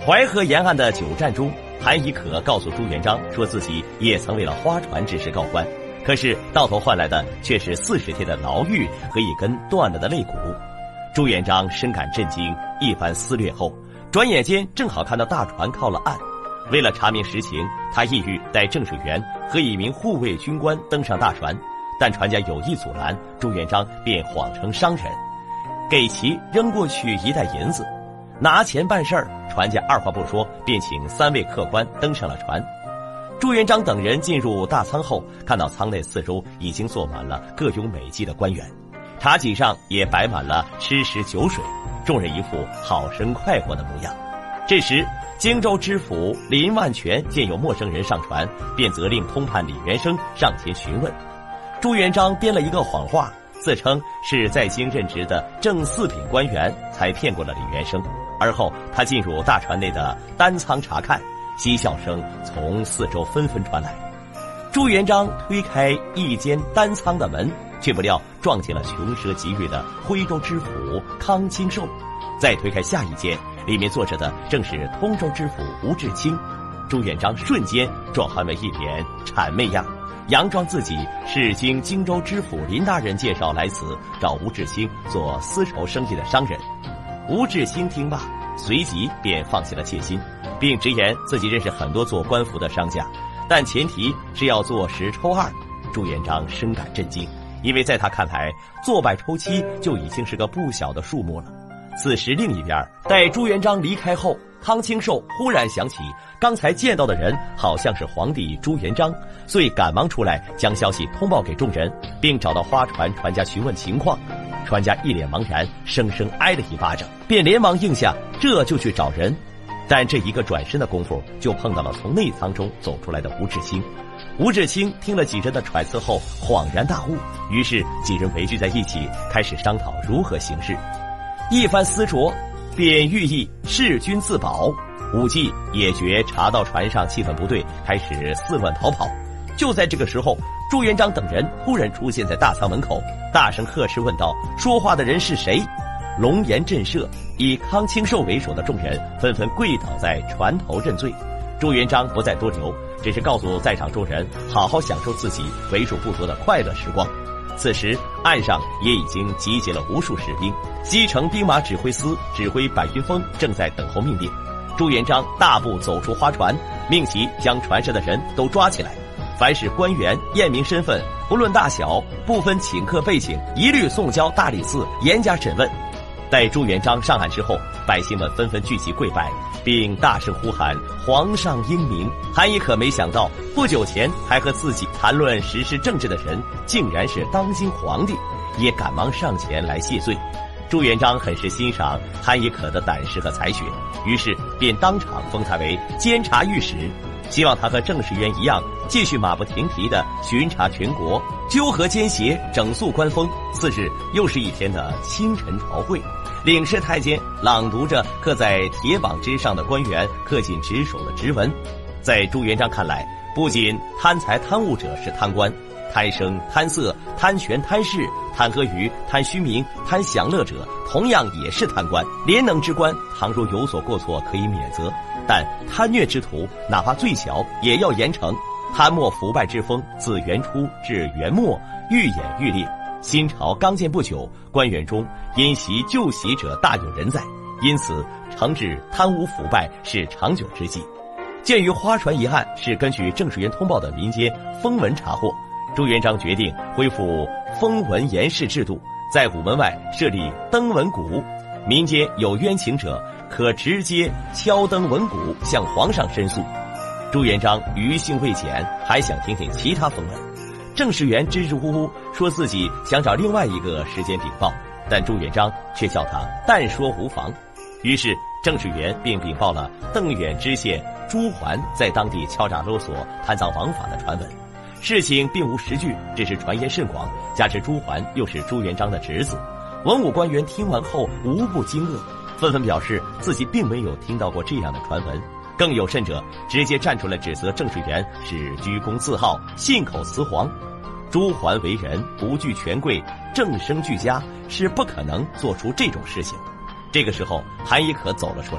淮河沿岸的酒战中，韩宜可告诉朱元璋说自己也曾为了花船之事告官，可是到头换来的却是40天的牢狱和一根断了的肋骨。朱元璋深感震惊，一番思虑后，转眼间正好看到大船靠了岸。为了查明实情，他意欲带郑士元和一名护卫军官登上大船，但船家有意阻拦，朱元璋便谎称商人，给其扔过去1袋银子。拿钱办事儿，船家二话不说，便请3位客官登上了船。朱元璋等人进入大舱后，看到舱内四周已经坐满了各有美妓的官员，茶几上也摆满了吃食酒水，众人一副好生快活的模样。这时，荆州知府林万全见有陌生人上船，便责令通判李元生上前询问。朱元璋编了一个谎话，自称是在京任职的正4品官员，才骗过了李元生。而后他进入大船内的单舱查看，嬉笑声从四周纷纷传来。朱元璋推开一间单舱的门，却不料撞进了穷奢极欲的徽州知府康清寿。再推开下一间，里面坐着的正是通州知府吴志清。朱元璋瞬间转换为一脸谄媚样，佯装自己是经荆州知府林大人介绍来此找吴志清做丝绸生意的商人。吴志清听罢，随即便放下了戒心，并直言自己认识很多做官服的商家，但前提是要坐10抽2。朱元璋深感震惊，因为在他看来，坐8抽7就已经是个不小的数目了。此时另一边，待朱元璋离开后，康清寿忽然想起刚才见到的人好像是皇帝朱元璋，所以赶忙出来将消息通报给众人，并找到花船船家询问情况。船家一脸茫然，生生挨了一巴掌，便连忙应下，这就去找人。但这一个转身的功夫，就碰到了从内舱中走出来的吴志清。吴志清听了几人的揣测后，恍然大悟，于是几人围聚在一起，开始商讨如何行事。一番思酌，便寓意弑君自保。武技也觉查到船上气氛不对，开始四乱逃跑。就在这个时候，朱元璋等人忽然出现在大舱门口，大声呵斥问道：“说话的人是谁？”龙颜震慑，以康清寿为首的众人纷纷跪倒在船头认罪。朱元璋不再多留，只是告诉在场众人好好享受自己为数不多的快乐时光。此时岸上也已经集结了无数士兵，西城兵马指挥司指挥板云峰正在等候命令。朱元璋大步走出花船，命其将船上的人都抓起来，凡是官员验明身份，不论大小，不分请客背景，一律送交大理寺严加审问。待朱元璋上岸之后，百姓们纷纷聚集跪拜，并大声呼喊皇上英明。韩亦可没想到，不久前还和自己谈论时事政治的人，竟然是当今皇帝，也赶忙上前来谢罪。朱元璋很是欣赏韩亦可的胆识和才学，于是便当场封他为监察御史，希望他和郑士元一样，继续马不停蹄地巡查全国，纠合奸邪，整肃官风。次日又是一天的清晨朝会，领事太监朗读着刻在铁榜之上的官员恪尽职守的职文。在朱元璋看来，不仅贪财贪物者是贪官，贪声贪色贪权贪势贪阿谀贪虚名贪享乐者同样也是贪官。廉能之官倘若有所过错可以免责，但贪虐之徒哪怕最小也要严惩。贪墨腐败之风自元初至元末愈演愈烈，新朝刚建不久，官员中因袭旧习者大有人在，因此惩治贪污腐败是长久之计。鉴于花船一案是根据郑士元通报的民间风闻查获，朱元璋决定恢复风闻言事制度，在午门外设立登闻鼓，民间有冤情者可直接敲登闻鼓向皇上申诉。朱元璋余兴未减，还想听听其他风闻。郑士元支支吾吾说自己想找另外一个时间禀报，但朱元璋却叫他但说无妨。于是郑士元并禀报了邓远知县朱桓在当地敲诈勒索贪赃枉法的传闻。事情并无实据，只是传言甚广，加之朱桓又是朱元璋的侄子，文武官员听完后无不惊愕，纷纷表示自己并没有听到过这样的传闻。更有甚者直接站出来指责郑士元是居功自好，信口雌黄。朱桓为人不惧权贵，正声俱佳，是不可能做出这种事情。这个时候韩亦可走了出来，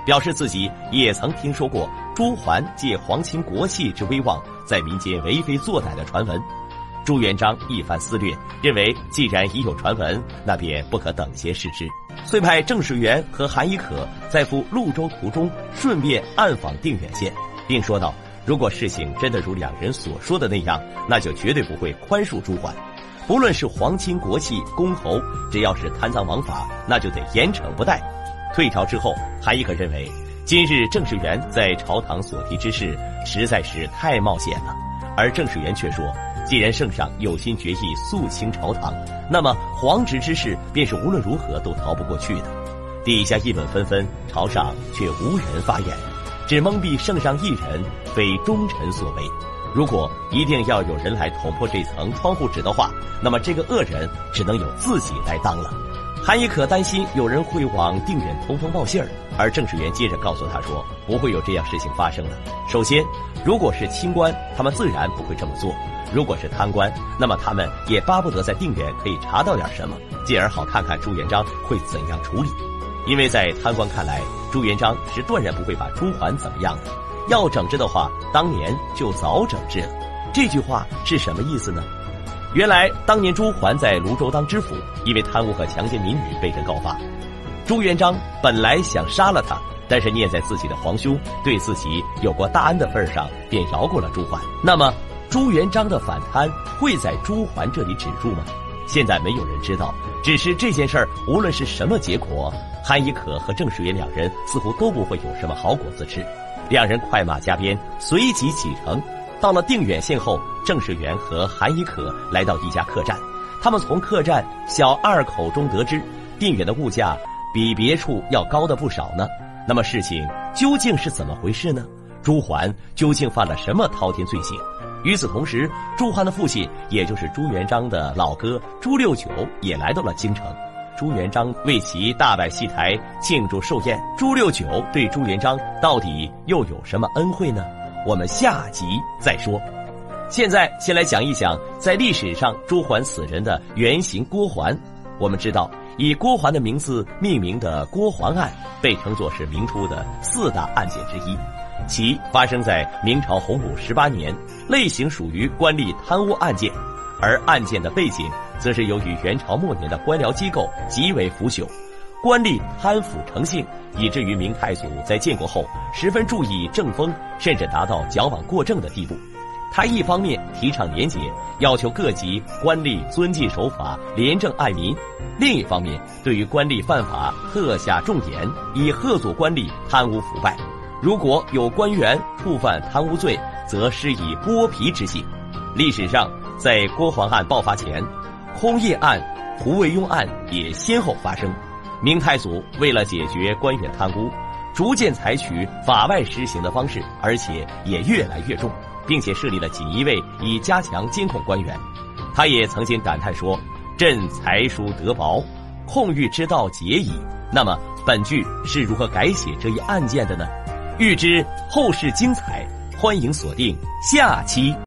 表示自己也曾听说过朱桓借皇亲国戚之威望，在民间为非作歹的传闻。朱元璋一番思虑，认为既然已有传闻，那便不可等闲视之，遂派郑士元和韩宜可在赴潞州途中顺便暗访定远县，并说道：如果事情真的如两人所说的那样，那就绝对不会宽恕朱桓。不论是皇亲国戚、公侯，只要是贪赃枉法，那就得严惩不贷。退朝之后，韩宜可认为今日郑士元在朝堂所提之事实在是太冒险了，而郑士元却说，既然圣上有心决意肃清朝堂，那么皇侄之事便是无论如何都逃不过去的。地下议论纷纷，朝上却无人发言，只蒙蔽圣上一人非忠臣所为。如果一定要有人来捅破这层窗户纸的话，那么这个恶人只能由自己来当了。韩宜可担心有人会往定远通风报信儿，而郑士元接着告诉他说，不会有这样事情发生的。首先，如果是清官，他们自然不会这么做；如果是贪官，那么他们也巴不得在定远可以查到点什么，进而好看看朱元璋会怎样处理。因为在贪官看来，朱元璋是断然不会把朱桓怎么样的，要整治的话，当年就早整治了。这句话是什么意思呢？原来当年朱桓在泸州当知府，因为贪污和强奸民女被人告发。朱元璋本来想杀了他，但是念在自己的皇兄对自己有过大恩的份上，便饶过了朱桓。那么朱元璋的反贪会在朱桓这里止住吗？现在没有人知道，只是这件事儿无论是什么结果，韩宜可和郑士元两人似乎都不会有什么好果子吃。两人快马加鞭，随即启程。到了定远县后，郑士元和韩宜可来到一家客栈，他们从客栈小二口中得知，定远的物价比别处要高的不少呢。那么事情究竟是怎么回事呢？朱桓究竟犯了什么滔天罪行？与此同时，朱桓的父亲，也就是朱元璋的老哥朱六九也来到了京城。朱元璋为其大摆戏台庆祝寿宴，朱六九对朱元璋到底又有什么恩惠呢？我们下集再说。现在先来讲一讲在历史上朱桓此人的原型郭桓。我们知道，以郭桓的名字命名的郭桓案被称作是明初的4大案件之一，其发生在明朝洪武18年，类型属于官吏贪污案件，而案件的背景则是由于元朝末年的官僚机构极为腐朽，官吏贪腐成性，以至于明太祖在建国后十分注意政风，甚至达到矫枉过正的地步。他一方面提倡廉洁，要求各级官吏遵纪守法、廉政爱民；另一方面，对于官吏犯法特下重严，以吓阻官吏贪污腐败。如果有官员触犯贪污罪，则施以剥皮之刑。历史上，在郭桓案爆发前，空业案、胡惟庸案也先后发生。明太祖为了解决官员贪污，逐渐采取法外施行的方式，而且也越来越重，并且设立了锦衣卫以加强监控官员。他也曾经感叹说：“朕才疏德薄，控御之道竭矣。”那么本剧是如何改写这一案件的呢？欲知后事精彩，欢迎锁定下期。